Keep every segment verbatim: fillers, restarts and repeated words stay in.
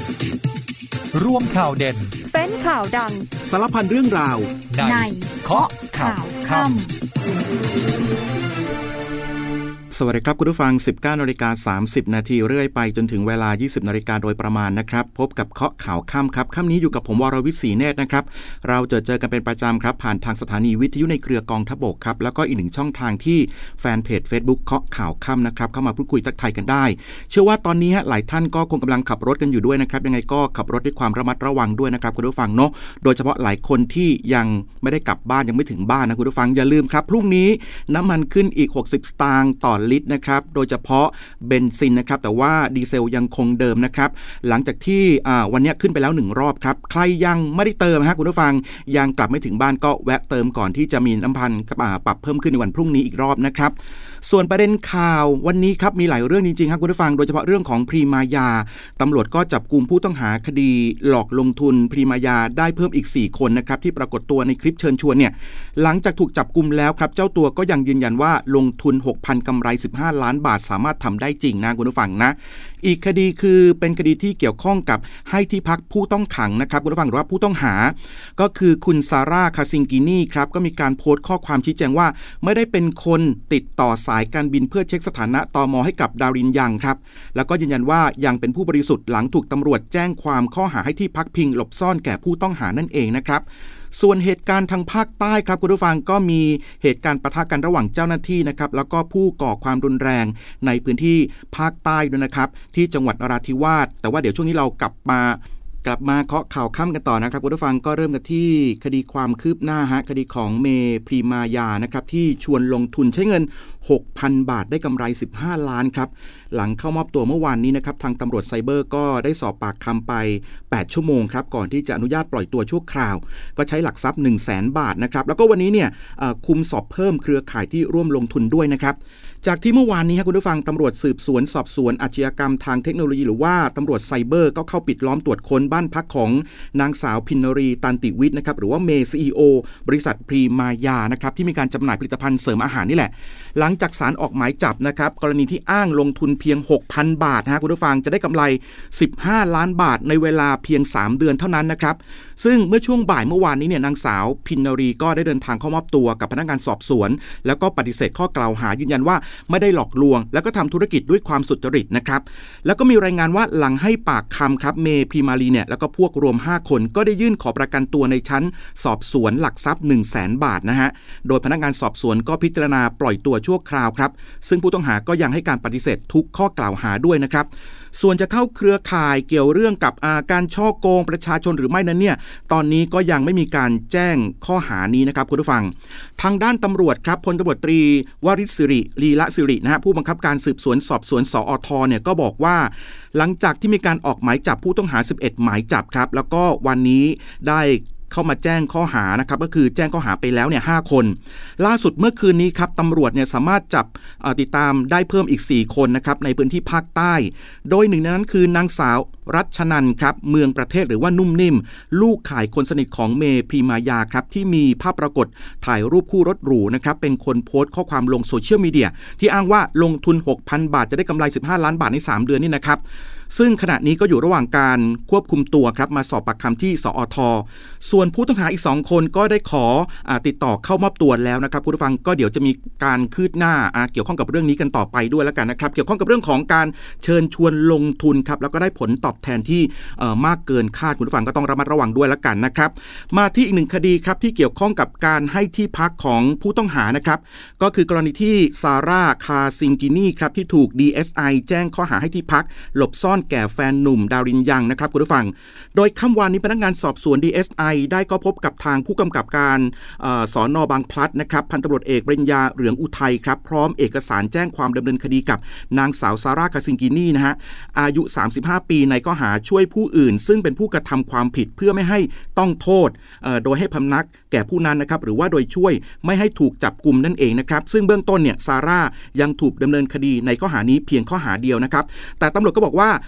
ร่วมข่าวเด่นเป็นข่าวดังสารพันเรื่องราวในเคาะข่าวค่ำสวัสดีครับคุณผู้ฟัง สิบเก้านาฬิกาสามสิบนาทีเรื่อยไปจนถึงเวลา ยี่สิบนาฬิกาโดยประมาณนะครับพบกับเคาะข่าวค่ำครับค่ำนี้อยู่กับผมวรวิทย์ศรีเนตรนะครับเราจะเจอกันเป็นประจำครับผ่านทางสถานีวิทยุในเครือกองทพบกครับแล้วก็อีกหนึ่งช่องทางที่แฟนเพจ Facebook เคาะข่าวค่ำนะครับเข้ามาพูดคุยทักทายกันได้เชื่อว่าตอนนี้หลายท่านก็คงกำลังขับรถกันอยู่ด้วยนะครับยังไงก็ขับรถด้วยความระมัดระวังด้วยนะครับคุณผู้ฟังเนาะโดยเฉพาะหลายคนที่ยังไม่ได้กลับบ้านยังไม่ถึงบ้านนะคุณผู้ฟังอย่าลืมครับพรุ่งนี้น้ำมันขึ้นอีกหกสิบสตางค์ต่อลิตรนะครับโดยเฉพาะเบนซินนะครับแต่ว่าดีเซลยังคงเดิมนะครับหลังจากที่วันนี้ขึ้นไปแล้วหนึ่งรอบครับใครยังไม่ได้เติมฮะคุณผู้ฟังยังกลับไม่ถึงบ้านก็แวะเติมก่อนที่จะมีน้ำมันปรับเพิ่มขึ้นในวันพรุ่งนี้อีกรอบนะครับส่วนประเด็นข่าววันนี้ครับมีหลายเรื่องจริงๆครับคุณผู้ฟังโดยเฉพาะเรื่องของพรีมายาตำรวจก็จับกุมผู้ต้องหาคดีหลอกลงทุนพรีมายาได้เพิ่มอีกสี่คนนะครับที่ปรากฏตัวในคลิปเชิญชวนเนี่ยหลังจากถูกจับกุมแล้วครับเจ้าตัวก็ยังยืนยันว่าลงทุน หกพัน กำไรสิบห้าล้านบาทสามารถทำได้จริงนะคุณผู้ฟังนะอีกคดีคือเป็นคดีที่เกี่ยวข้องกับให้ที่พักผู้ต้องขังนะครับคุณผู้ฟังหรือว่าผู้ต้องหาก็คือคุณซาร่าคาซิงกินีครับก็มีการโพสต์ข้อความชี้แจงว่าไม่ได้เป็นคนติดต่อสายการบินเพื่อเช็คสถานะตม.ให้กับดารินยังครับแล้วก็ยืนยันว่ายังเป็นผู้บริสุทธิ์หลังถูกตำรวจแจ้งความข้อหาให้ที่พักพิงหลบซ่อนแก่ผู้ต้องหานั่นเองนะครับส่วนเหตุการณ์ทางภาคใต้ครับคุณผู้ฟังก็มีเหตุการณ์ปะทะกันระหว่างเจ้าหน้าที่นะครับแล้วก็ผู้ก่อความรุนแรงในพื้นที่ภาคใต้ด้วยนะครับที่จังหวัดนราธิวาสแต่ว่าเดี๋ยวช่วงนี้เรากลับมากลับมาเคาะข่าวค่ำกันต่อนะครับคุณผู้ฟังก็เริ่มกันที่คดีความคืบหน้าฮะคดีของเมพรีมายานะครับที่ชวนลงทุนใช้เงิน หกพัน บาทได้กำไรสิบห้าล้านครับหลังเข้ามอบตัวเมื่อวานนี้นะครับทางตำรวจไซเบอร์ก็ได้สอบปากคำไปแปดชั่วโมงครับก่อนที่จะอนุญาตปล่อยตัวชั่วคราวก็ใช้หลักทรัพย์ หนึ่งแสน บาทนะครับแล้วก็วันนี้เนี่ยคุมสอบเพิ่มเครือข่ายที่ร่วมลงทุนด้วยนะครับจากที่เมื่อวานนี้ครับคุณผู้ฟังตำรวจสืบสวนสอบสวนอาชญากรรมทางเทคโนโลยีหรือว่าตำรวจไซเบอร์ก็เข้าปิดล้อมตรวจค้นบ้านพักของนางสาวพินรีตันติวิทย์นะครับหรือว่าเมย์ ซี อี โอ บริษัทพรีมายานะครับที่มีการจำหน่ายผลิตภัณฑ์เสริมอาหารนี่แหละหลังจากศาลออกหมายจับนะครับกรณีที่อ้างลงทุนเพียง หกพัน บาทนะคุณผู้ฟังจะได้กำไรสิบห้าล้านบาทในเวลาเพียงสามเดือนเท่านั้นนะครับซึ่งเมื่อช่วงบ่ายเมื่อวานนี้เนี่ยนางสาวพินรีก็ได้เดินทางเข้ามอบตัวกับพนักงานสอบสวนแล้วก็ปฏิเสธข้อกล่าวหายืนยันว่าไม่ได้หลอกลวงแล้วก็ทำธุรกิจด้วยความสุจริตนะครับแล้วก็มีรายงานว่าหลังให้ปากคำครับเมพรีมารีเนี่ยแล้วก็พวกรวมห้าคนก็ได้ยื่นขอประกันตัวในชั้นสอบสวนหลักทรัพย์ หนึ่งแสน บาทนะฮะโดยพนักงานสอบสวนก็พิจารณาปล่อยตัวชั่วคราวครับซึ่งผู้ต้องหาก็ยังให้การปฏิเสธทุกข้อกล่าวหาด้วยนะครับส่วนจะเข้าเครือข่ายเกี่ยวเรื่องกับการฉ้อโกงประชาชนหรือไม่นั้นเนี่ยตอนนี้ก็ยังไม่มีการแจ้งข้อหานี้นะครับคุณผู้ฟังทางด้านตำรวจครับพลตำรวจตรีวริศศิริลีละศิรินะฮะผู้บังคับการสืบสวนสอบสวนสอทเนี่ยก็บอกว่าหลังจากที่มีการออกหมายจับผู้ต้องหาสิบเอ็ดหมายจับครับแล้วก็วันนี้ได้เข้ามาแจ้งข้อหานะครับก็คือแจ้งข้อหาไปแล้วเนี่ยห้าคนล่าสุดเมื่อคืนนี้ครับตำรวจเนี่ยสามารถจับติดตามได้เพิ่มอีกสี่คนนะครับในพื้นที่ภาคใต้โดยหนึ่งในนั้นคือนางสาวรัชนันครับเมืองประเทศหรือว่านุ่มนิ่มลูกขายคนสนิทของเมพรีมายาครับที่มีภาพปรากฏถ่ายรูปคู่รถหรูนะครับเป็นคนโพสต์ข้อความลงโซเชียลมีเดียที่อ้างว่าลงทุน หกพัน บาทจะได้กำไรสิบห้าล้านบาทในสามเดือนนี่นะครับซึ่งขณะนี้ก็อยู่ระหว่างการควบคุมตัวครับมาสอบปากคำที่สอท.ส่วนผู้ต้องหาอีกสองคนก็ได้ขออ่าติดต่อเข้ามอบตัวแล้วนะครับคุณผู้ฟังก็เดี๋ยวจะมีการคืบหน้าอ่าเกี่ยวข้องกับเรื่องนี้กันต่อไปด้วยแล้วกันนะครับเกี่ยวข้องกับเรื่องของการเชิญชวนลงทุนครับแล้วก็ได้ผลตอบแทนที่เอ่อมากเกินคาดคุณผู้ฟังก็ต้องระมัดระวังด้วยแล้วกันนะครับมาที่อีกหนึ่งคดีครับที่เกี่ยวข้องกับการให้ที่พักของผู้ต้องหานะครับก็คือกรณีที่ซาร่าคาซิงกินีครับที่ถูก ดี เอส ไอ แจ้งข้อหาให้ที่พักหลบซ่อนแก่แฟนหนุ่มดารินยังนะครับคุณผู้ฟังโดยค่ำวานนี้พนักงานสอบสวน ดี เอส ไอ ได้ก็พบกับทางผู้กำกับการสน.บางพลัดนะครับพันตำรวจเอกปริญญาเหลืองอุทัยครับพร้อมเอกสารแจ้งความดำเนินคดีกับนางสาวซาร่าคาซิงกินีนะฮะอายุสามสิบห้าปีในข้อหาช่วยผู้อื่นซึ่งเป็นผู้กระทำความผิดเพื่อไม่ให้ต้องโทษโดยให้พำนักแก่ผู้นั้นนะครับหรือว่าโดยช่วยไม่ให้ถูกจับกุมนั่นเองนะครับซึ่งเบื้องต้นเนี่ยซาร่ายังถูกดำเนินคดีในข้อหานี้เพียงข้อหาเดียวนะครับแต่ตำรวจก็บอกว่า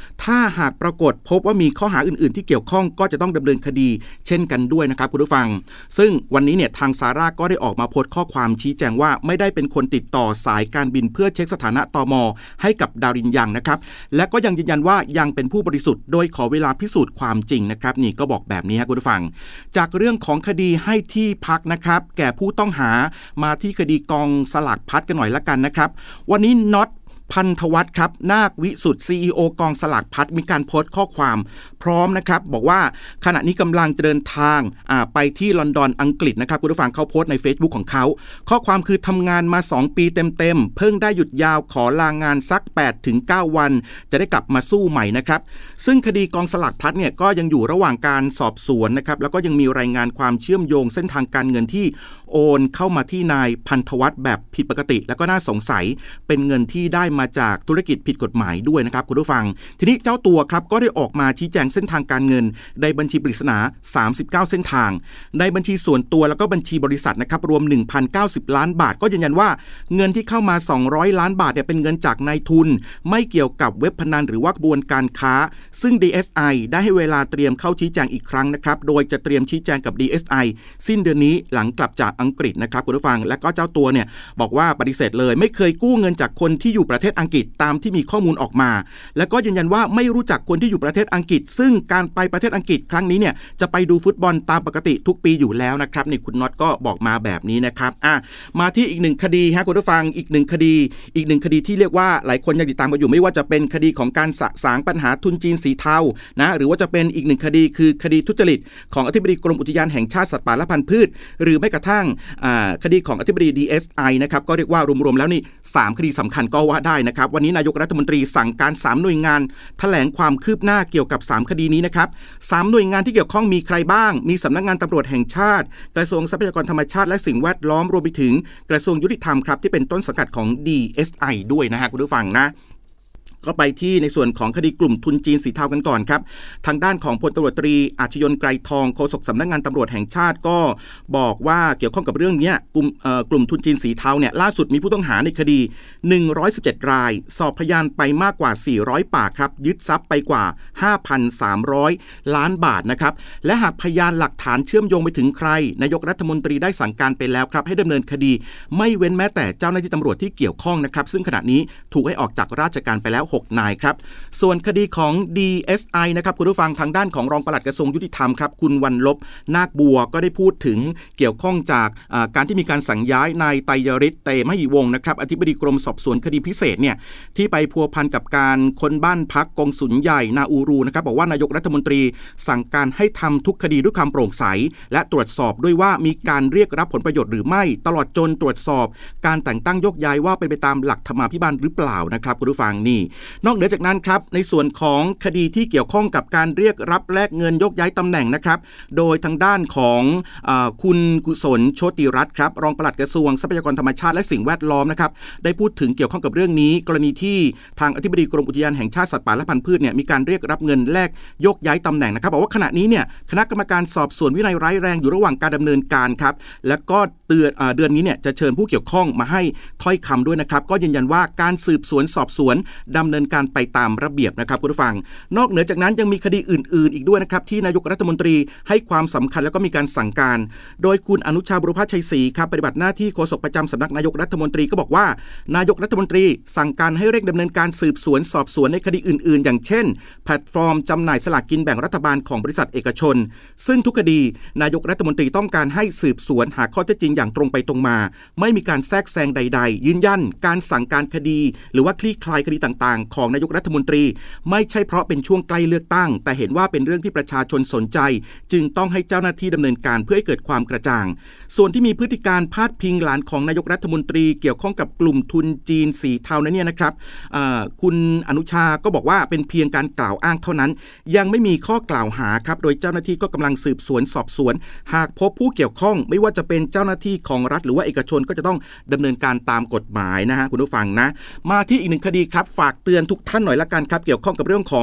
ถ้าหากปรากฏพบว่ามีข้อหาอื่นๆที่เกี่ยวข้องก็จะต้องดำเนินคดีเช่นกันด้วยนะครับคุณผู้ฟังซึ่งวันนี้เนี่ยทางซาร่าก็ได้ออกมาโพสต์ข้อความชี้แจงว่าไม่ได้เป็นคนติดต่อสายการบินเพื่อเช็คสถานะตม.ให้กับดารินยังนะครับและก็ยังยืนยันว่ายังเป็นผู้บริสุทธิ์โดยขอเวลาพิสูจน์ความจริงนะครับนี่ก็บอกแบบนี้ครับคุณผู้ฟังจากเรื่องของคดีให้ที่พักนะครับแก่ผู้ต้องหามาที่คดีกองสลากพลัดกันหน่อยละกันนะครับวันนี้น็อตพันธวัฒน์ครับนาควิสุทธิ์ ซี อี โอ กองสลากพลัดมีการโพสต์ข้อความพร้อมนะครับบอกว่าขณะนี้กำลังเดินทางไปที่ลอนดอนอังกฤษนะครับคุณผู้ฟังเขาโพสต์ใน Facebook ของเขาข้อความคือทำงานมาสองปีเต็มๆเพิ่งได้หยุดยาวขอลางานสัก แปดถึงเก้า วันจะได้กลับมาสู้ใหม่นะครับซึ่งคดีกองสลากพลัดเนี่ยก็ยังอยู่ระหว่างการสอบสวนนะครับแล้วก็ยังมีรายงานความเชื่อมโยงเส้นทางการเงินที่โอนเข้ามาที่นายพันธวัฒน์แบบผิดปกติแล้วก็น่าสงสัยเป็นเงินที่ได้มาจากธุรกิจผิดกฎหมายด้วยนะครับคุณผู้ฟังทีนี้เจ้าตัวครับก็ได้ออกมาชี้แจงเส้นทางการเงินในบัญชีปริศนาสามสิบเก้าเส้นทางในบัญชีส่วนตัวแล้วก็บัญชีบริษัทนะครับรวม หนึ่งพันเก้าสิบ ล้านบาทก็ยืนยันว่าเงินที่เข้ามาสองร้อยล้านบาทเนี่ยเป็นเงินจากนายทุนไม่เกี่ยวกับเว็บพนันหรือว่ากระบวนการค้าซึ่ง ดี เอส ไอ ได้ให้เวลาเตรียมเข้าชี้แจงอีกครั้งนะครับโดยจะเตรียมชี้แจงกับ ดี เอส ไอ สิ้นเดือนนี้หลังกลับจากอังกฤษนะครับคุณผู้ฟังและก็เจ้าตัวเนี่ยบอกว่าปฏิเสธเลยไม่เคยกู้เงินจากคนที่อยู่ประเทศอังกฤษตามที่มีข้อมูลออกมาและก็ยืนยันว่าไม่รู้จักคนที่อยู่ประเทศอังกฤษซึ่งการไปประเทศอังกฤษครั้งนี้เนี่ยจะไปดูฟุตบอลตามปกติทุกปีอยู่แล้วนะครับนี่คุณน็อตก็บอกมาแบบนี้นะครับอ่ะมาที่อีกหนึ่งคดีฮะคุณผู้ฟังอีกหนึ่งคดีอีกหนึ่งคดีที่เรียกว่าหลายคนยังติดตามกันอยู่ไม่ว่าจะเป็นคดีของการสะสางปัญหาทุนจีนสีเทานะหรือว่าจะเป็นอีกหนึ่งคดีคือคดีทุจริตของอธิบดีกรมอุทยานแห่งชาติสัตว์ป่าและพันธุ์พืชหรือไม่กระทั่งคดีของอธิบดี ดี เอส ไอ นะครับก็เรียกว่ารวมๆแล้วนี่สามคดีสำคัญก็ว่าได้นะครับวันนี้นายกรัฐมนตรีสั่งการสามหน่วยงานแถลงความคืบหน้าเกี่ยวกับสามคดีนี้นะครับสามหน่วยงานที่เกี่ยวข้องมีใครบ้างมีสำนักงานตำรวจแห่งชาติกระทรวงทรัพยากรธรรมชาติและสิ่งแวดล้อมรวมไปถึงกระทรวงยุติธรรมครับที่เป็นต้นสังกัดของ ดี เอส ไอ ด้วยนะฮะคุณผู้ฟังนะก็ไปที่ในส่วนของคดีกลุ่มทุนจีนสีเทากันก่อนครับทางด้านของพลตำรวจตรีอาชยนต์ไกรทองโฆษกสำนักงานตำรวจแห่งชาติก็บอกว่าเกี่ยวข้องกับเรื่องนี้กลุ่มกลุ่มทุนจีนสีเทาเนี่ยล่าสุดมีผู้ต้องหาในคดีหนึ่งร้อยสิบเจ็ดรายสอบพยานไปมากกว่าสี่ร้อยปากครับยึดทรัพย์ไปกว่า ห้าพันสามร้อย ล้านบาทนะครับและหากพยานหลักฐานเชื่อมโยงไปถึงใครนายกรัฐมนตรีได้สั่งการไปแล้วครับให้ดำเนินคดีไม่เว้นแม้แต่เจ้าหน้าที่ตำรวจที่เกี่ยวข้องนะครับซึ่งขณะนี้ถูกให้ออกจากราชการไปแล้วหกนายครับส่วนคดีของ ดี เอส ไอ นะครับคุณผู้ฟังทางด้านของรองปลัดกระทรวงยุติธรรมครับคุณวรรณลบนาคบัวก็ได้พูดถึงเกี่ยวข้องจากการที่มีการสั่งย้ายนายไตรยฤทธิ์เตมหิวงศ์นะครับอธิบดีกรมสอบสวนคดีพิเศษเนี่ยที่ไปพัวพันกับการค้นบ้านพักกงสุลใหญ่นาอูรูนะครับบอกว่านายกรัฐมนตรีสั่งการให้ทำทุกคดีด้วยความโปร่งใสและตรวจสอบด้วยว่ามีการเรียกรับผลประโยชน์หรือไม่ตลอดจนตรวจสอบการแต่งตั้งยกย้ายว่าเป็นไปตามหลักธรรมาภิบาลหรือเปล่านะครับคุณผู้ฟังนี่นอกเหนือจากนั้นครับในส่วนของคดีที่เกี่ยวข้องกับการเรียกรับแลกเงินยกย้ายตำแหน่งนะครับโดยทางด้านของเอ่อคุณกุศลโชติรัตน์ครับรองปลัดกระทรวงทรัพยากรธรรมชาติและสิ่งแวดล้อมนะครับได้พูดถึงเกี่ยวข้องกับเรื่องนี้กรณีที่ทางอธิบดีกรมอุทยานแห่งชาติสัตว์ป่าและพันธุ์พืชเนี่ยมีการเรียกรับเงินแลกยกย้ายตำแหน่งนะครับบอกว่าขณะนี้เนี่ยคณะกรรมการสอบสวนวินัยร้ายแรงอยู่ระหว่างการดำเนินการครับและก็เดือนเอ่อเดือนนี้เนี่ยจะเชิญผู้เกี่ยวข้องมาให้ถ้อยคำด้วยนะครับก็ยืนยันว่าการสืบสวนสอบสวนดำเนินการไปตามระเบียบนะครับคุณผู้ฟังนอกเหนือจากนั้นยังมีคดีอื่นๆอีกด้วยนะครับที่นายกรัฐมนตรีให้ความสำคัญแล้วก็มีการสั่งการโดยคุณอนุชาบุรพชัยศรีครับปฏิบัติหน้าที่โฆษกประจำสำนักนายกรัฐมนตรีก็บอกว่านายกรัฐมนตรีสั่งการให้เร่งดำเนินการสืบสวนสอบสวนในคดีอื่นๆอย่างเช่นแพลตฟอร์มจำหน่ายสลากกินแบ่งรัฐบาลของบริษัทเอกชนซึ่งทุกคดีนายกรัฐมนตรีต้องการให้สืบสวนหาข้อเท็จจริงอย่างตรงไปตรงมาไม่มีการแทรกแซงใดๆยืนยันการสั่งการคดีหรือว่าคลี่คลายคดีต่างๆของนายกรัฐมนตรีไม่ใช่เพราะเป็นช่วงใกล้เลือกตั้งแต่เห็นว่าเป็นเรื่องที่ประชาชนสนใจจึงต้องให้เจ้าหน้าที่ดำเนินการเพื่อให้เกิดความกระจ่างส่วนที่มีพฤติการพาดพิงหลานของนายกรัฐมนตรีเกี่ยวข้องกับกลุ่มทุนจีนสีเทานั้นเนี่ยนะครับคุณอนุชาก็บอกว่าเป็นเพียงการกล่าวอ้างเท่านั้นยังไม่มีข้อกล่าวหาครับโดยเจ้าหน้าที่ก็กำลังสืบสวนสอบสวนหากพบผู้เกี่ยวข้องไม่ว่าจะเป็นเจ้าหน้าที่ของรัฐหรือว่าเอกชนก็จะต้องดำเนินการตามกฎหมายนะฮะคุณผู้ฟังนะมาที่อีกหนึ่งคดีครับฝากเตือนทุกท่านหน่อยละกันครับเกี่ยวข้องกับเรื่องของ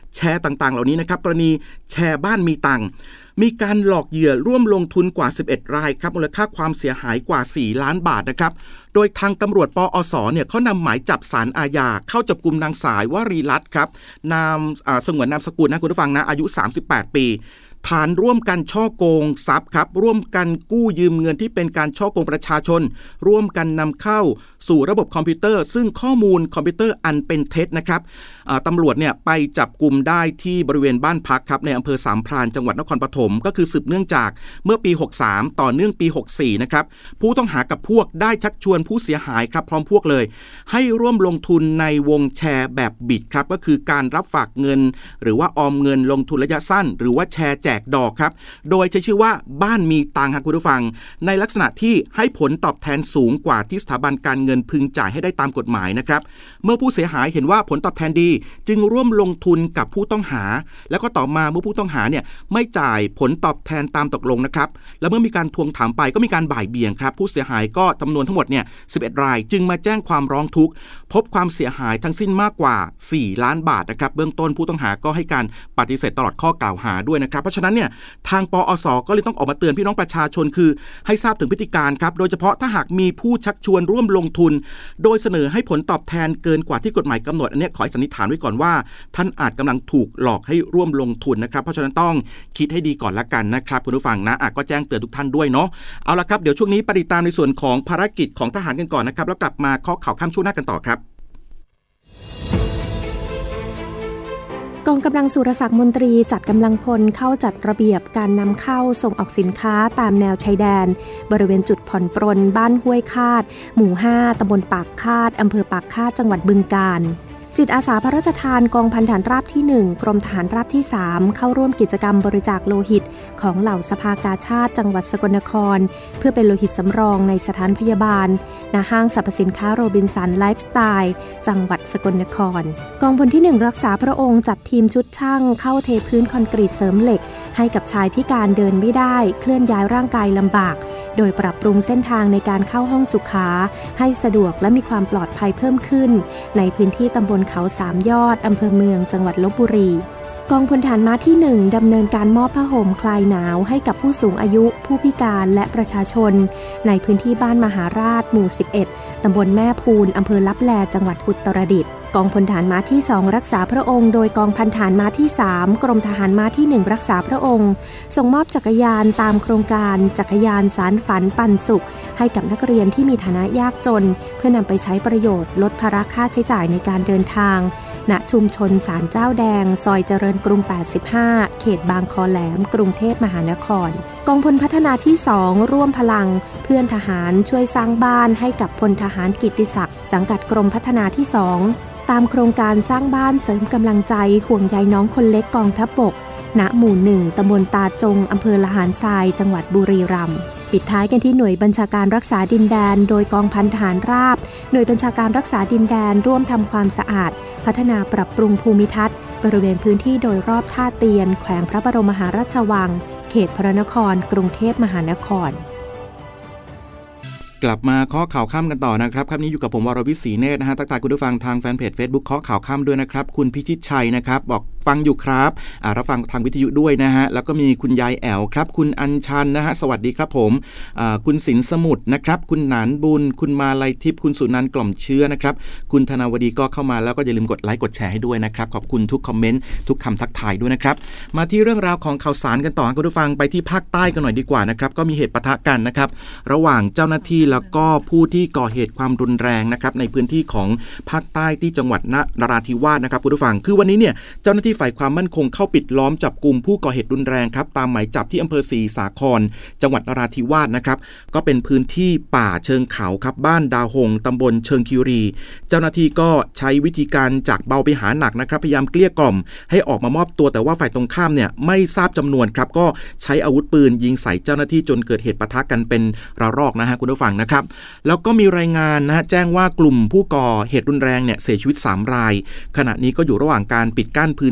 แชร์ต่างๆเหล่านี้นะครับกรณีแชร์บ้านมีตังค์มีการหลอกเหยื่อร่วมลงทุนกว่าสิบเอ็ดรายครับมูลค่าความเสียหายกว่าสี่ล้านบาทนะครับโดยทางตำรวจปอสเนี่ยเขานำหมายจับศาลอาญาเข้าจับกุมนางสายวรีรัตน์ครับนามสงวนนามสกุลนะคุณผู้ฟังนะอายุสามสิบแปดปีฐานร่วมกันช่อโกงทรัพย์ครับร่วมกันกู้ยืมเงินที่เป็นการช่อโกงประชาชนร่วมกันนำเข้าสู่ระบบคอมพิวเตอร์ซึ่งข้อมูลคอมพิวเตอร์อันเป็นเท็จนะครับตำรวจเนี่ยไปจับกุมได้ที่บริเวณบ้านพักครับในอำเภอสามพรานจังหวัดนครปฐมก็คือสืบเนื่องจากเมื่อปีหกสามต่อเนื่องปีหกสี่นะครับผู้ต้องหากับพวกได้ชักชวนผู้เสียหายครับพร้อมพวกเลยให้ร่วมลงทุนในวงแชร์แบบบิตครับก็คือการรับฝากเงินหรือว่าออมเงินลงทุนระยะสั้นหรือว่าแชร์แจกดอกครับโดยใช้ชื่อว่าบ้านมีตังค์ครับคุณผู้ฟังในลักษณะที่ให้ผลตอบแทนสูงกว่าที่สถาบันการเงินพึงจ่ายให้ได้ตามกฎหมายนะครับเมื่อผู้เสียหายเห็นว่าผลตอบแทนดีจึงร่วมลงทุนกับผู้ต้องหาแล้วก็ต่อมาเมื่อผู้ต้องหาเนี่ยไม่จ่ายผลตอบแทนตามตกลงนะครับแล้วเมื่อมีการทวงถามไปก็มีการบ่ายเบี่ยงครับผู้เสียหายก็จำนวนทั้งหมดเนี่ยสิบเอ็ดรายจึงมาแจ้งความร้องทุกข์พบความเสียหายทั้งสิ้นมากกว่าสี่ล้านบาทนะครับเบื้องต้นผู้ต้องหาก็ให้การปฏิเสธตลอดข้อกล่าวหาด้วยนะครับเพราะฉะนั้นเนี่ยทางปอสก็เลยต้องออกมาเตือนพี่น้องประชาชนคือให้ทราบถึงพฤติการครับโดยเฉพาะถ้าหากมีผู้ชักชวนร่วมลงทุนโดยเสนอให้ผลตอบแทนเกินกว่าที่กฎหมายกำหนดอันนี้ขอให้สันนิษฐานไว้ก่อนว่าท่านอาจกำลังถูกหลอกให้ร่วมลงทุนนะครับเพราะฉะนั้นต้องคิดให้ดีก่อนละกันนะครับคุณผู้ฟังนะก็แจ้งเตือนทุกท่านด้วยเนาะเอาละครับเดี๋ยวช่วงนี้ไปติดตามในส่วนของภารกิจของทหารกันก่อนนะครับแล้วกลับมาเคาะข่าวค่ำช่วงหน้ากันต่อครับกองกำลังสุรศักดิ์มนตรีจัดกำลังพลเข้าจัดระเบียบการนำเข้าส่งออกสินค้าตามแนวชายแดนบริเวณจุดผ่อนปรนบ้านห้วยคาดหมู่ห้าตำบลปากคาดอำเภอปากคาดจังหวัดบึงกาฬจิตอาสาพระราชทานกองพันฐานราบที่หนึ่งกรมทหารราบที่สามเข้าร่วมกิจกรรมบริจาคโลหิตของเหล่าสภากาชาดจังหวัดสกลนครเพื่อเป็นโลหิตสำรองในสถานพยาบาลณห้างสรรพสินค้าโรบินสันไลฟ์สไตล์จังหวัดสกลนครกองพลที่หนึ่งรักษาพระองค์จัดทีมชุดช่างเข้าเทพื้นคอนกรีตเสริมเหล็กให้กับชายพิการเดินไม่ได้เคลื่อนย้ายร่างกายลำบากโดยปรับปรุงเส้นทางในการเข้าห้องสุขาให้สะดวกและมีความปลอดภัยเพิ่มขึ้นในพื้นที่ตำบลเขาสามยอดอำเภอเมืองจังหวัดลพบุรีกองพลฐานม้าที่หนึ่งดำเนินการมอบผ้าห่มคลายหนาวให้กับผู้สูงอายุผู้พิการและประชาชนในพื้นที่บ้านมหาราชหมู่สิบเอ็ดตำบลแม่พูนอำเภอลับแลจังหวัดอุตรดิตถ์กองพลฐานม้าที่สองรักษาพระองค์โดยกองพันฐานม้าที่สามกรมทหารม้าที่หนึ่งรักษาพระองค์ส่งมอบจักรยานตามโครงการจักรยานสารฝันปันสุขให้กับนักเรียนที่มีฐานะยากจนเพื่อนำไปใช้ประโยชน์ลดภาระค่าใช้จ่ายในการเดินทางณชุมชนศาลเจ้าแดงซอยเจริญกรุงแปดสิบห้าเขตบางคอแหลมกรุงเทพมหานครกองพลพัฒนาที่สองร่วมพลังเพื่อนทหารช่วยสร้างบ้านให้กับพลทหารกิตติศักดิ์สังกัดกรมพัฒนาที่สองตามโครงการสร้างบ้านเสริมกำลังใจห่วงใยน้องคนเล็กกองทัพบกณหมู่หนึ่งตำบลตาจงอำเภอละหารทรายจังหวัดบุรีรัมย์ปิดท้ายกันที่หน่วยบัญชาการรักษาดินแดนโดยกองพันทหารราบหน่วยบัญชาการรักษาดินแดนร่วมทำความสะอาดพัฒนาปรับปรุงภูมิทัศน์บริเวณพื้นที่โดยรอบท่าเตียนแขวงพระบรมมหาราชวังเขตพระนครกรุงเทพมหานครกลับมาเคาะข่าวค่ำกันต่อนะครับครับนี้อยู่กับผมวรวิศรีเนตรนะฮะทักทายคุณผู้ฟังทางแฟนเพจ Facebook เคาะข่าวค่ำด้วยนะครับคุณพิชิตชัยนะครับบอกฟังอยู่ครับอ่ารับฟังทางวิทยุด้วยนะฮะแล้วก็มีคุณยายแอ๋วครับคุณอัญชันนะฮะสวัสดีครับผมอ่าคุณสินสมุทรนะครับคุณหนานบุญคุณมาลัยทิพย์คุณสุนันท์กล่อมเชื้อนะครับคุณธนาวดีก็เข้ามาแล้วก็อย่าลืมกดไลค์กดแชร์ให้ด้วยนะครับขอบคุณทุกคอมเมนต์ทุกคำทักทายด้วยนะครับมาที่เรื่องราวของข่าวสารกันต่อคุณผู้ฟังไปที่ภาคใต้กันหน่อยดีกว่านะครับก็มีเหตุปะทะกันนะครับระหว่างเจ้าหน้าที่แล้วก็ผู้ที่ก่อเหตุความรุนแรงนะครับในพื้นที่ของภาคใต้ที่จังหวัดนราธิวาสนะครับคุณผู้ฟังคือวันนี้เนี่ยเจ้าหน้าที่ฝ่ายความมั่นคงเข้าปิดล้อมจับกลุ่มผู้ก่อเหตุรุนแรงครับตามหมายจับที่อำเภอศรีสาครจังหวัดนราธิวาสนะครับก็เป็นพื้นที่ป่าเชิงเขาครับบ้านดาวหงตำบลเชิงคิรีเจ้าหน้าที่ก็ใช้วิธีการจากเบาไปหาหนักนะครับพยายามเกลี้ยกล่อมให้ออกมามอบตัวแต่ว่าฝ่ายตรงข้ามเนี่ยไม่ทราบจำนวนครับก็ใช้อาวุธปืนยิงใส่เจ้าหน้าที่จนเกิดเหตุปะทะกันเป็นระลอกนะฮะคุณผู้ฟังนะครับแล้วก็มีรายงานนะฮะแจ้งว่ากลุ่มผู้ก่อเหตุรุนแรงเนี่ยเสียชีวิตสามรายขณะนี้ก็อยู่ระหว่างการปิดกั้นพื้น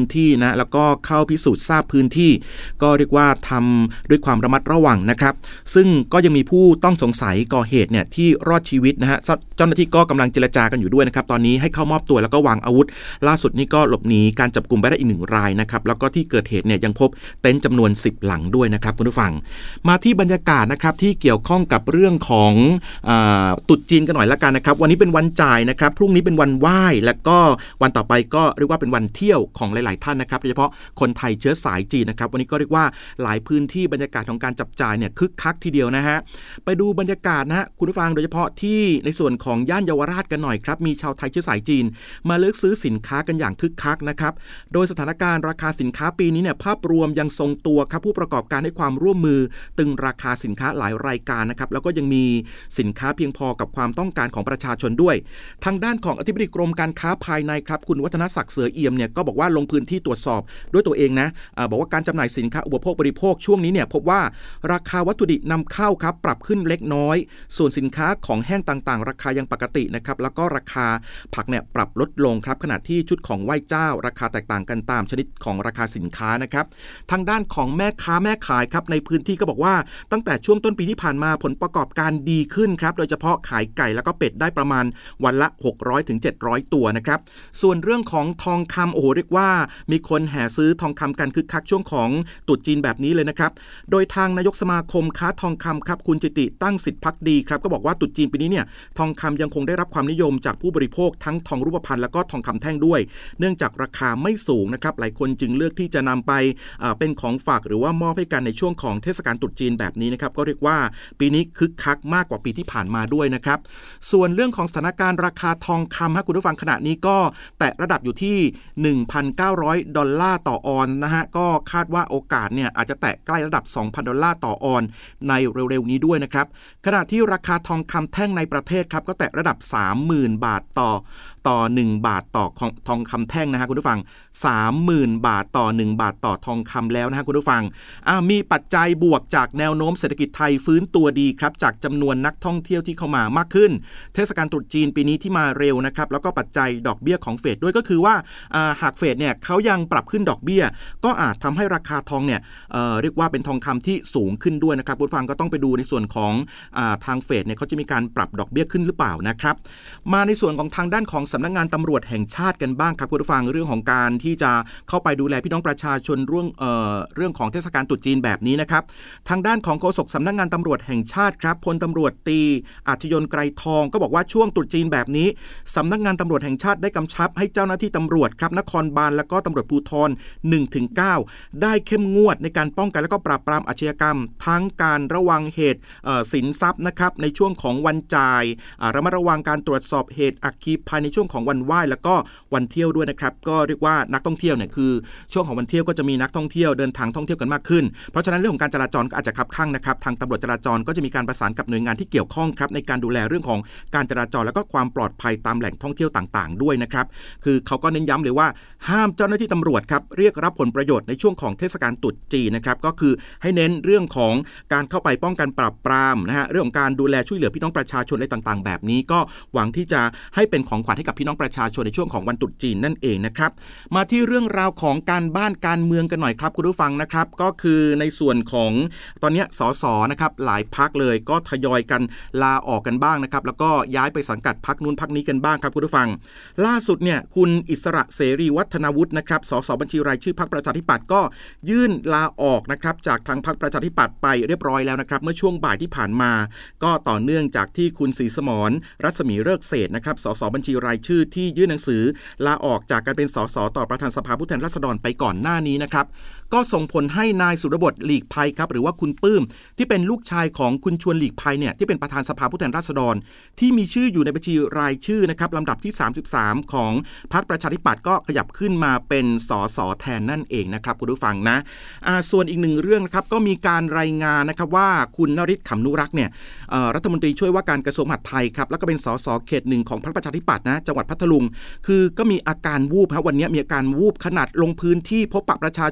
ที่นะแล้วก็เข้าพิสูจน์ทราบพื้นที่ก็เรียกว่าทำด้วยความระมัดระวังนะครับซึ่งก็ยังมีผู้ต้องสงสัยก่อเหตุเนี่ยที่รอดชีวิตนะฮะเจ้าหน้าที่ก็กำลังเจรจากันอยู่ด้วยนะครับตอนนี้ให้เข้ามอบตัวแล้วก็วางอาวุธล่าสุดนี่ก็หลบหนีการจับกุมไปได้อีกหนึ่งรายนะครับแล้วก็ที่เกิดเหตุเนี่ยยังพบเต็นท์จำนวนสิบหลังด้วยนะครับคุณผู้ฟังมาที่บรรยากาศนะครับที่เกี่ยวข้องกับเรื่องของอ่าตรุษจีนกันหน่อยละกันนะครับวันนี้เป็นวันจ่ายนะครับพรุ่งนี้เป็นวันไหว้แล้วก็วันต่อไปก็เรียกว่าเป็นวันเที่ยวของหลายๆท่านนะครับโดยเฉพาะคนไทยเชื้อสายจีนนะครับวันนี้ก็เรียกว่าหลายพื้นที่บรรยากาศของการจับจ่ายเนี่ยคึกคักทีเดียวนะฮะไปดูบรรยากาศนะฮะคุณผู้ฟังโดยเฉพาะที่ในส่วนของย่านเยาวราชกันหน่อยครับมีชาวไทยเชื้อสายจีนมาเลือกซื้อสินค้ากันอย่างคึกคักนะครับโดยสถานการณ์ราคาสินค้าปีนี้เนี่ยภาพรวมยังทรงตัวครับผู้ประกอบการให้ความร่วมมือตึงราคาสินค้าหลายรายการนะครับแล้วก็ยังมีสินค้าเพียงพอกับความต้องการของประชาชนด้วยทางด้านของอธิบดีกรมการค้าภายในครับคุณวัฒนศักดิ์เสือเอี่ยมเนี่ยก็บอกว่าลงพื้นที่ตรวจสอบด้วยตัวเองนะอ่าบอกว่าการจำหน่ายสินค้าอุปโภคบริโภคช่วงนี้เนี่ยพบว่าราคาวัตถุดิบนำเข้าครับปรับขึ้นเล็กน้อยส่วนสินค้าของแห้งต่างๆราคายังปกตินะครับแล้วก็ราคาผักเนี่ยปรับลดลงครับขณะที่ชุดของไหว้เจ้าราคาแตกต่างกันตามชนิดของราคาสินค้านะครับทางด้านของแม่ค้าแม่ขายครับในพื้นที่ก็บอกว่าตั้งแต่ช่วงต้นปีที่ผ่านมาผลประกอบการดีขึ้นครับโดยเฉพาะขายไก่แล้วก็เป็ดได้ประมาณวันละหกร้อยถึงเจ็ดร้อยตัวนะครับส่วนเรื่องของทองคำโอ้โหเรียกว่ามีคนแห่ซื้อทองคำกันคึกคักช่วงของตรุษจีนแบบนี้เลยนะครับโดยทางนายกสมาคมค้าทองคำครับคุณจิติตั้งสิทธิภักดีครับก็บอกว่าตรุษจีนปีนี้เนี่ยทองคำยังคงได้รับความนิยมจากผู้บริโภคทั้งทองรูปพรรณแล้วก็ทองคำแท่งด้วยเนื่องจากราคาไม่สูงนะครับหลายคนจึงเลือกที่จะนำไปเป็นของฝากหรือว่ามอบให้กันในช่วงของเทศกาลตรุษจีนแบบนี้นะครับก็เรียกว่าปีนี้คึกคักมากกว่าปีที่ผ่านมาด้วยนะครับส่วนเรื่องของสถานการณ์ราคาทองคำฮะคุณผู้ฟังขณะนี้ก็แตะระดับอยู่ที่ หนึ่งพันเก้าร้อย ดอลลาร์ต่อออนซ์นะฮะก็คาดว่าโอกาสเนี่ยอาจจะแตะใกล้ระดับ สองพัน ดอลลาร์ต่อออนซ์ในเร็วๆนี้ด้วยนะครับขณะที่ราคาทองคำแท่งในประเทศครับก็แตะระดับ สามหมื่น บาทต่อต่อหนึ่งบาทต่อทองคำแท่งนะฮะคุณผู้ฟัง สามหมื่น บาทต่อหนึ่งบาทต่อทองคำแล้วนะฮะคุณผู้ฟังมีปัจจัยบวกจากแนวโน้มเศรษฐกิจไทยฟื้นตัวดีครับจากจำนวนนักท่องเที่ยวที่เข้ามามากขึ้นเทศกาลตรุษจีนปีนี้ที่มาเร็วนะครับแล้วก็ปัจจัยดอกเบี้ยของเฟดด้วยก็คือว่าหากเฟดเนี่ยเขายังปรับขึ้นดอกเบี้ยก็อาจทำให้ราคาทองเนี่ย เอ่อ เรียกว่าเป็นทองคำที่สูงขึ้นด้วยนะครับคุณผู้ฟังก็ต้องไปดูในส่วนของทางเฟดเนี่ยเขาจะมีการปรับดอกเบี้ยขึ้นหรือเปล่านะครับมาในส่วนของทางด้านของสำนักงานตำรวจแห่งชาติกันบ้างครับคุณผู้ฟังเรื่องของการที่จะเข้าไปดูแลพี่น้องประชาชนเรื่องเอ่อเรื่องของเทศกาลตรุษจีนแบบนี้นะครับทางด้านของโฆษกสำนักงานตำรวจแห่งชาติครับพลตำรวจตรีอัจฉริยนต์ไกรทองก็บอกว่าช่วงตรุษจีนแบบนี้สำนักงานตำรวจแห่งชาติได้กำชับให้เจ้าหน้าที่ตำรวจครับนครบาลและก็ตำรวจภูธร หนึ่งถึงเก้า ได้เข้มงวดในการป้องกันและก็ปราบปรามอาชญากรรมทั้งการระวังเหตุสินทรัพย์นะครับในช่วงของวันจ่ายระมัดระวังการตรวจสอบเหตุอัคคีภัยในช่วงของวันไหว้แล้วก็วันเที่ยวด้วยนะครับก็เรียกว่านักท่องเที่ยวเนี่ยคือช่วงของวันเที่ยวก็จะมีนักท่องเที่ยวเดินทางท่องเที่ยวกันมากขึ้นเพราะฉะนั้นเรื่องของการจราจรก็อาจจะคับคั่งนะครับทางตำรวจจราจรก็จะมีการประสานกับหน่วยงานที่เกี่ยวข้องครับในการดูแลเรื่องของการจราจรแล้วก็ความปลอดภัยตามแหล่งท่องเที่ยวต่างๆด้วยนะครับคือเขาก็เน้นย้ำเลยว่าห้ามเจ้าหน้าที่ตำรวจครับเรียกรับผลประโยชน์ในช่วงของเทศกาลตรุษจีนนะครับก็คือให้เน้นเรื่องของการเข้าไปป้องกันปราบปรามนะฮะเรื่องของการดูแลช่วยเหลือพี่น้องประชาชนอะไรต่างๆแบบนี้ก็หวังที่จะให้เป็นของขวัญให้กับพี่น้องประชาชนในช่วงของวันตรุษจีนนั่นเองนะครับมาที่เรื่องราวของการบ้านการเมืองกันหน่อยครับคุณผู้ฟังนะครับก็คือในส่วนของตอนนี้สสนะครับหลายพรรคเลยก็ทยอยกันลาออกกันบ้างนะครับแล้วก็ย้ายไปสังกัดพรรคนู้นพรรคนี้กันบ้างครับคุณผู้ฟังล่าสุดเนี่ยคุณอิสระเสรีวัฒนาวุฒินะครับสสบัญชีรายชื่อพรรคประชาธิปัตย์ก็ยื่นลาออกนะครับจากทางพรรคประชาธิปัตย์ไปเรียบร้อยแล้วนะครับเมื่อช่วงบ่ายที่ผ่านมาก็ต่อเนื่องจากที่คุณศรีสมรรัศมีฤกษ์เศรษฐ์นะครับสสบัญชีรายชื่อที่ยื่นหนังสือลาออกจากการเป็นสสต่อประธานสภาผู้แทนราษฎรไปก่อนหน้านี้นะครับก็ส่งผลให้นายสุรบดหลีกภัยครับหรือว่าคุณปื้มที่เป็นลูกชายของคุณชวนหลีกภัยเนี่ยที่เป็นประธานสภาผู้แทนราษฎรที่มีชื่ออยู่ในบัญชีรายชื่อนะครับลำดับที่สามสิบสามของพรรคประชาธิปัตย์ก็ขยับขึ้นมาเป็นสสแทนนั่นเองนะครับคุณผู้ฟังนะอ่าส่วนอีกหนึ่งเรื่องนะครับก็มีการรายงานนะครับว่าคุณนฤทธิ์ขำนุรักษ์เนี่ยรัฐมนตรีช่วยว่าการกระทรวงมหาดไทยครับแล้วก็เป็นสสเขตหนึ่งของพรรคประชาธิปัตย์นะจังหวัดพัทลุงคือก็มีอาการวูบครับวันนี้มีอาการวูบขนาดลงพื้นที่พบปะประชาชน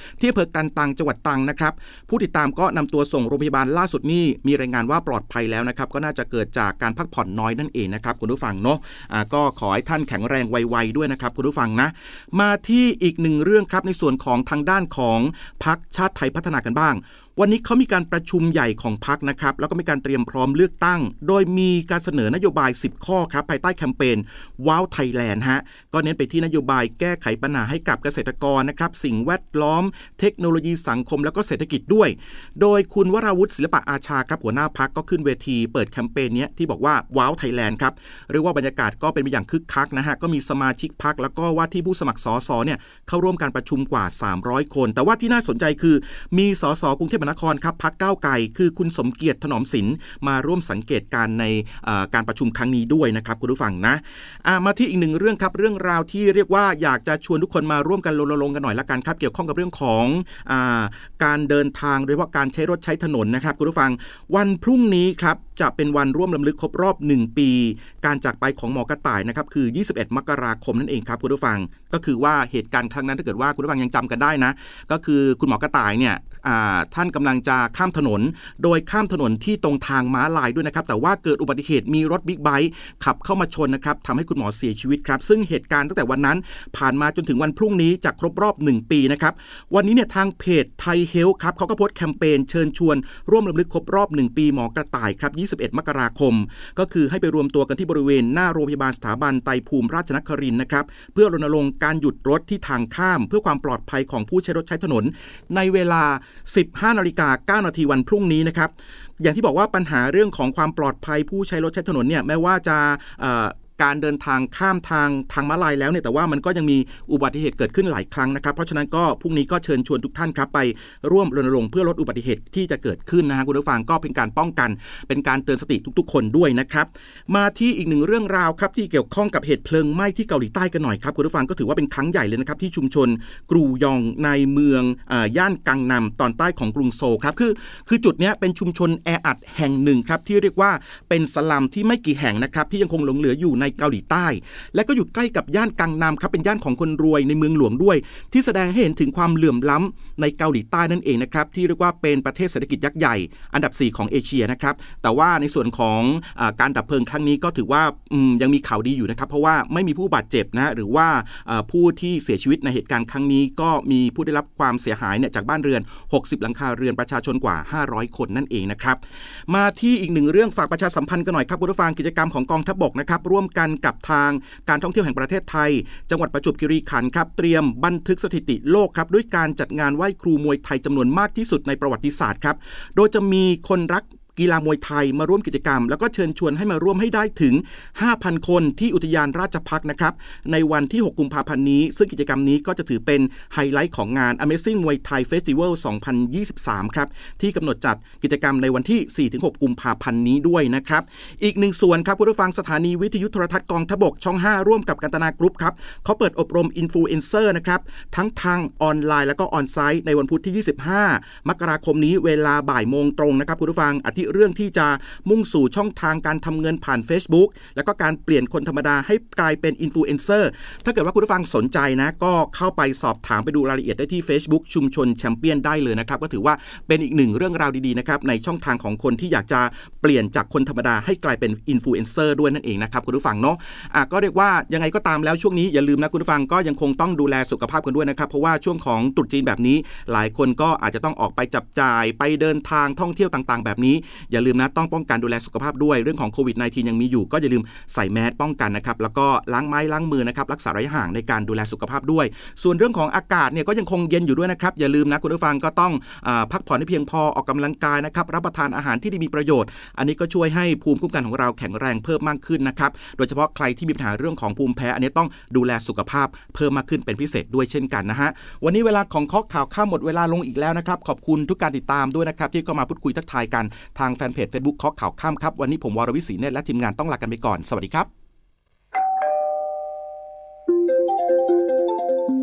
ที่อำเภอกันตังจังหวัดตรังนะครับผู้ติดตามก็นำตัวส่งโรงพยาบาลล่าสุดนี่มีรายงานว่าปลอดภัยแล้วนะครับก็น่าจะเกิดจากการพักผ่อนน้อยนั่นเองนะครับคุณผู้ฟังเนาะะก็ขอให้ท่านแข็งแรงไวๆด้วยนะครับคุณผู้ฟังนะมาที่อีกหนึ่งเรื่องครับในส่วนของทางด้านของพรรคชาติไทยพัฒนากันบ้างวันนี้เขามีการประชุมใหญ่ของพรรคนะครับแล้วก็มีการเตรียมพร้อมเลือกตั้งโดยมีการเสนอนโยบายสิบข้อครับภายใต้แคมเปญว้าวไทยแลนด์ฮะก็เน้นไปที่นโยบายแก้ไขปัญหาให้กับเกษตรกรนะครับสิ่งแวดล้อมเทคโนโลยีสังคมแล้วก็เศรษฐกิจด้วยโดยคุณวราวุฒิศิลปะอาชาครับหัวหน้าพรรคก็ขึ้นเวทีเปิดแคมเปญนี้ที่บอกว่าว้าวไทยแลนด์ครับเรียกว่าบรรยากาศก็เป็นไปอย่างคึกคักนะฮะก็มีสมาชิกพรรคแล้วก็ว่าที่ผู้สมัครสสเนี่ยเข้าร่วมการประชุมกว่าสามร้อยคนแต่ว่าที่น่าสนใจคือมีสสกรุงเทพมหานครครับพรรคก้าวไกลคือคุณสมเกียรติถนอมศิลป์มาร่วมสังเกตการในการประชุมครั้งนี้ด้วยนะครับคุณผู้ฟังนะมาที่อีกหนึ่งเรื่องครับเรื่องราวที่เรียกว่าอยากจะชวนทุกคนมาร่วมกันรณรงค์กันหน่อยละกันครับเกี่ยวข้องกับเรื่องของอาการเดินทางโดยเฉพาะการใช้รถใช้ถนนนะครับคุณผู้ฟังวันพรุ่งนี้ครับจะเป็นวันร่วมรำลึกครบรอบหนึ่งปีการจากไปของหมอกระต่ายนะครับคือยี่สิบเอ็ดมกราคมนั่นเองครับคุณผู้ฟังก็คือว่าเหตุการณ์ครั้งนั้นถ้าเกิดว่าคุณผู้ฟังยังจำกันได้นะก็คือคุณหมอกระต่ายเนี่ยท่านกำลังจะข้ามถนนโดยข้ามถนนที่ตรงทางม้าลายด้วยนะครับแต่ว่าเกิดอุบัติเหตุมีรถบิ๊กไบค์ขับเข้ามาชนนะครับทำให้คุณหมอเสียชีวิตครับซึ่งเหตุการณ์ตั้งแต่วันนั้นผ่านมาจนถึงวันพรุ่งนี้จะครบรอบหนึ่งปีนะครับวันนี้เนี่ยทางเพจไทยเฮลท์ครับเขาก็โพสต์แคมเปญเชิญชวนร่วมรำลึกครบรอบหนึ่งปีหมอกระต่ายครับยี่สิบเอ็ดมกราคมก็คือให้ไปรวมตัวกันที่บริเวณหน้าโรงพยาบาลสถาบันไตรภูมิราชนครินทร์นะครับเพื่อรณรงค์การหยุดรถที่ทางข้ามเพื่อความปลอดภัยของผู้ใช้รถใช้ถนนในเวลา สิบห้านาฬิกาเก้านาทีวันพรุ่งนี้นะครับอย่างที่บอกว่าปัญหาเรื่องของความปลอดภัยผู้ใช้รถใช้ถนนเนี่ยแม้ว่าจะการเดินทางข้ามทางทางม้าลายแล้วเนี่ยแต่ว่ามันก็ยังมีอุบัติเหตุเกิดขึ้นหลายครั้งนะครับเพราะฉะนั้นก็พรุ่งนี้ก็เชิญชวนทุกท่านครับไปร่วมรณรงค์เพื่อลดอุบัติเหตุที่จะเกิดขึ้นนะฮะคุณผู้ฟังก็เป็นการป้องกันเป็นการเตือนสติทุกๆคนด้วยนะครับมาที่อีกหนึ่งเรื่องราวครับที่เกี่ยวข้องกับเหตุเพลิงไหม้ที่เกาหลีใต้กันหน่อยครับคุณผู้ฟังก็ถือว่าเป็นครั้งใหญ่เลยนะครับที่ชุมชนกรูยองในเมืองย่านกังนัมตอนใต้ของกรุงโซลครับคือคือจุดนี้เป็นชุมชนแออัดแห่งหนึ่งครับที่เรียกว่าเป็นสลัมที่ไม่กี่แห่งนะครับที่ยังคงหลงเหลืออยู่ในเกาหลีใต้และก็อยู่ใกล้กับย่านกังนัมครับเป็นย่านของคนรวยในเมืองหลวงด้วยที่แสดงให้เห็นถึงความเหลื่อมล้ำในเกาหลีใต้นั่นเองนะครับที่เรียกว่าเป็นประเทศเศรษฐกิจยักษ์ใหญ่อันดับสี่ของเอเชียนะครับแต่ว่าในส่วนของอาการดับเพลิงครั้งนี้ก็ถือว่ายังมีข่าวดีอยู่นะครับเพราะว่าไม่มีผู้บาดเจ็บนะหรือว่าผู้ที่เสียชีวิตในเหตุการณ์ครั้งนี้ก็มีผู้ได้รับความเสียหายเนี่ยจากบ้านเรือนหกสิบหลังคาเรือนประชาชนกว่าห้าร้อยคนนั่นเองนะครับมาที่อีกหนึ่งเรื่องฝากประชาสัมพันธ์กันหน่อยครับคุณผู้ฟังกิจกรรมของกองทัพบกนะครับร่วมกันกับทางการท่องเที่ยวแห่งประเทศไทยจังหวัดประจวบคีรีขันธ์ครับเตรียมบันทึกสถิติโลกครับด้วยการจัดงานไหว้ครูมวยไทยจำนวนมากที่สุดในประวัติศาสตร์ครับโดยจะมีคนรักกีฬามวยไทยมาร่วมกิจกรรมแล้วก็เชิญชวนให้มาร่วมให้ได้ถึง ห้าพัน คนที่อุทยานราชภัฏนะครับในวันที่หกกุมภาพันธ์นี้ซึ่งกิจกรรมนี้ก็จะถือเป็นไฮไลท์ของงาน Amazing มวยไทย Festival สองพันยี่สิบสามครับที่กำหนดจัดกิจกรรมในวันที่ สี่ถึงหก กุมภาพันธ์นี้ด้วยนะครับอีกหนึ่งส่วนครับผู้ฟังสถานีวิทยุโทรทัศน์กองทัพบกช่องห้าร่วมกับกันตนากรุ๊ปครับเขาเปิดอบรมอินฟลูเอนเซอร์นะครับทั้งทางออนไลน์แล้วก็ออนไซต์ในวันพุธที่ยี่สิบห้ามกราคมนี้เวลาบ่ายโมงตรงนะครับผู้ฟังอาทิเรื่องที่จะมุ่งสู่ช่องทางการทำเงินผ่าน Facebook แล้วก็การเปลี่ยนคนธรรมดาให้กลายเป็นอินฟลูเอนเซอร์ถ้าเกิดว่าคุณผู้ฟังสนใจนะก็เข้าไปสอบถามไปดูรายละเอียดได้ที่ Facebook ชุมชนแชมเปี้ยนได้เลยนะครับก็ถือว่าเป็นอีกหนึ่งเรื่องราวดีๆนะครับในช่องทางของคนที่อยากจะเปลี่ยนจากคนธรรมดาให้กลายเป็นอินฟลูเอนเซอร์ด้วยนั่นเองนะครับคุณผู้ฟังเนาะอ่ะก็เรียกว่ายังไงก็ตามแล้วช่วงนี้อย่าลืมนะคุณผู้ฟังก็ยังคงต้องดูแลสุขภาพกันด้วยนะครับเพราะว่าช่วงของตรุษจีนแบบนี้หลายคนก็อาจจะต้องออกไปจับจ่ายไปเดินทางท่องเที่ยวต่างๆแบบนี้อย่าลืมนะต้องป้องกันดูแลสุขภาพด้วยเรื่องของโควิด สิบเก้า ยังมีอยู่ก็อย่าลืมใส่แมสป้องกันนะครับแล้วก็ล้างไม้ล้างมือนะครับรักษาระยะห่างในการดูแลสุขภาพด้วยส่วนเรื่องของอากาศเนี่ยก็ยังคงเย็นอยู่ด้วยนะครับอย่าลืมนะคุณผู้ฟังก็ต้องอ่าพักผ่อนให้เพียงพอออกกำลังกายนะครับรับประทานอาหารที่มีประโยชน์อันนี้ก็ช่วยให้ภูมิคุ้มกันของเราแข็งแรงเพิ่มมากขึ้นนะครับโดยเฉพาะใครที่มีปัญหาเรื่องของภูมิแพ้อันนี้ต้องดูแลสุขภาพเพิ่มมากขึ้นเป็นพิเศษด้วยเช่นกันนะฮะวันนี้เวลาของข้อข่าวข้ามหมดเวลาลงอีกแล้วนะครับขอบคุณทุกการติดตามด้วยนะครับที่ก็มาพูดคุยทักทายกันทางแฟนเพจ Facebook ข้อข่าวข้ามครับวันนี้ผมวรวิศรีเนตรและทีมงานต้องลากันไปก่อนสวัสดีครับย่อโล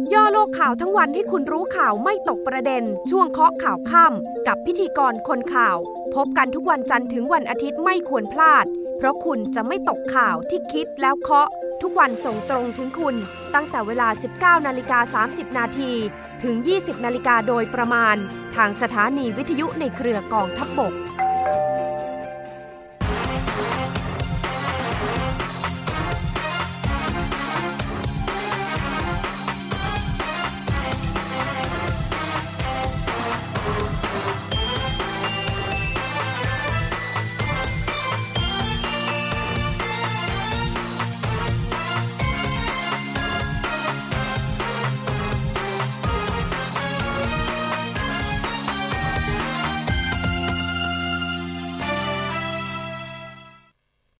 กข่าวทั้งวันให้คุณรู้ข่าวไม่ตกประเด็นช่วงเคาะข่าวค่ำกับพิธีกรคนข่าวพบกันทุกวันจันทร์ถึงวันอาทิตย์ไม่ควรพลาดเพราะคุณจะไม่ตกข่าวที่คิดแล้วเคาะทุกวันส่งตรงถึงคุณตั้งแต่เวลา สิบเก้านาฬิกาสามสิบนาทีถึง ยี่สิบนาฬิกาโดยประมาณทางสถานีวิทยุในเครือกองทัพบก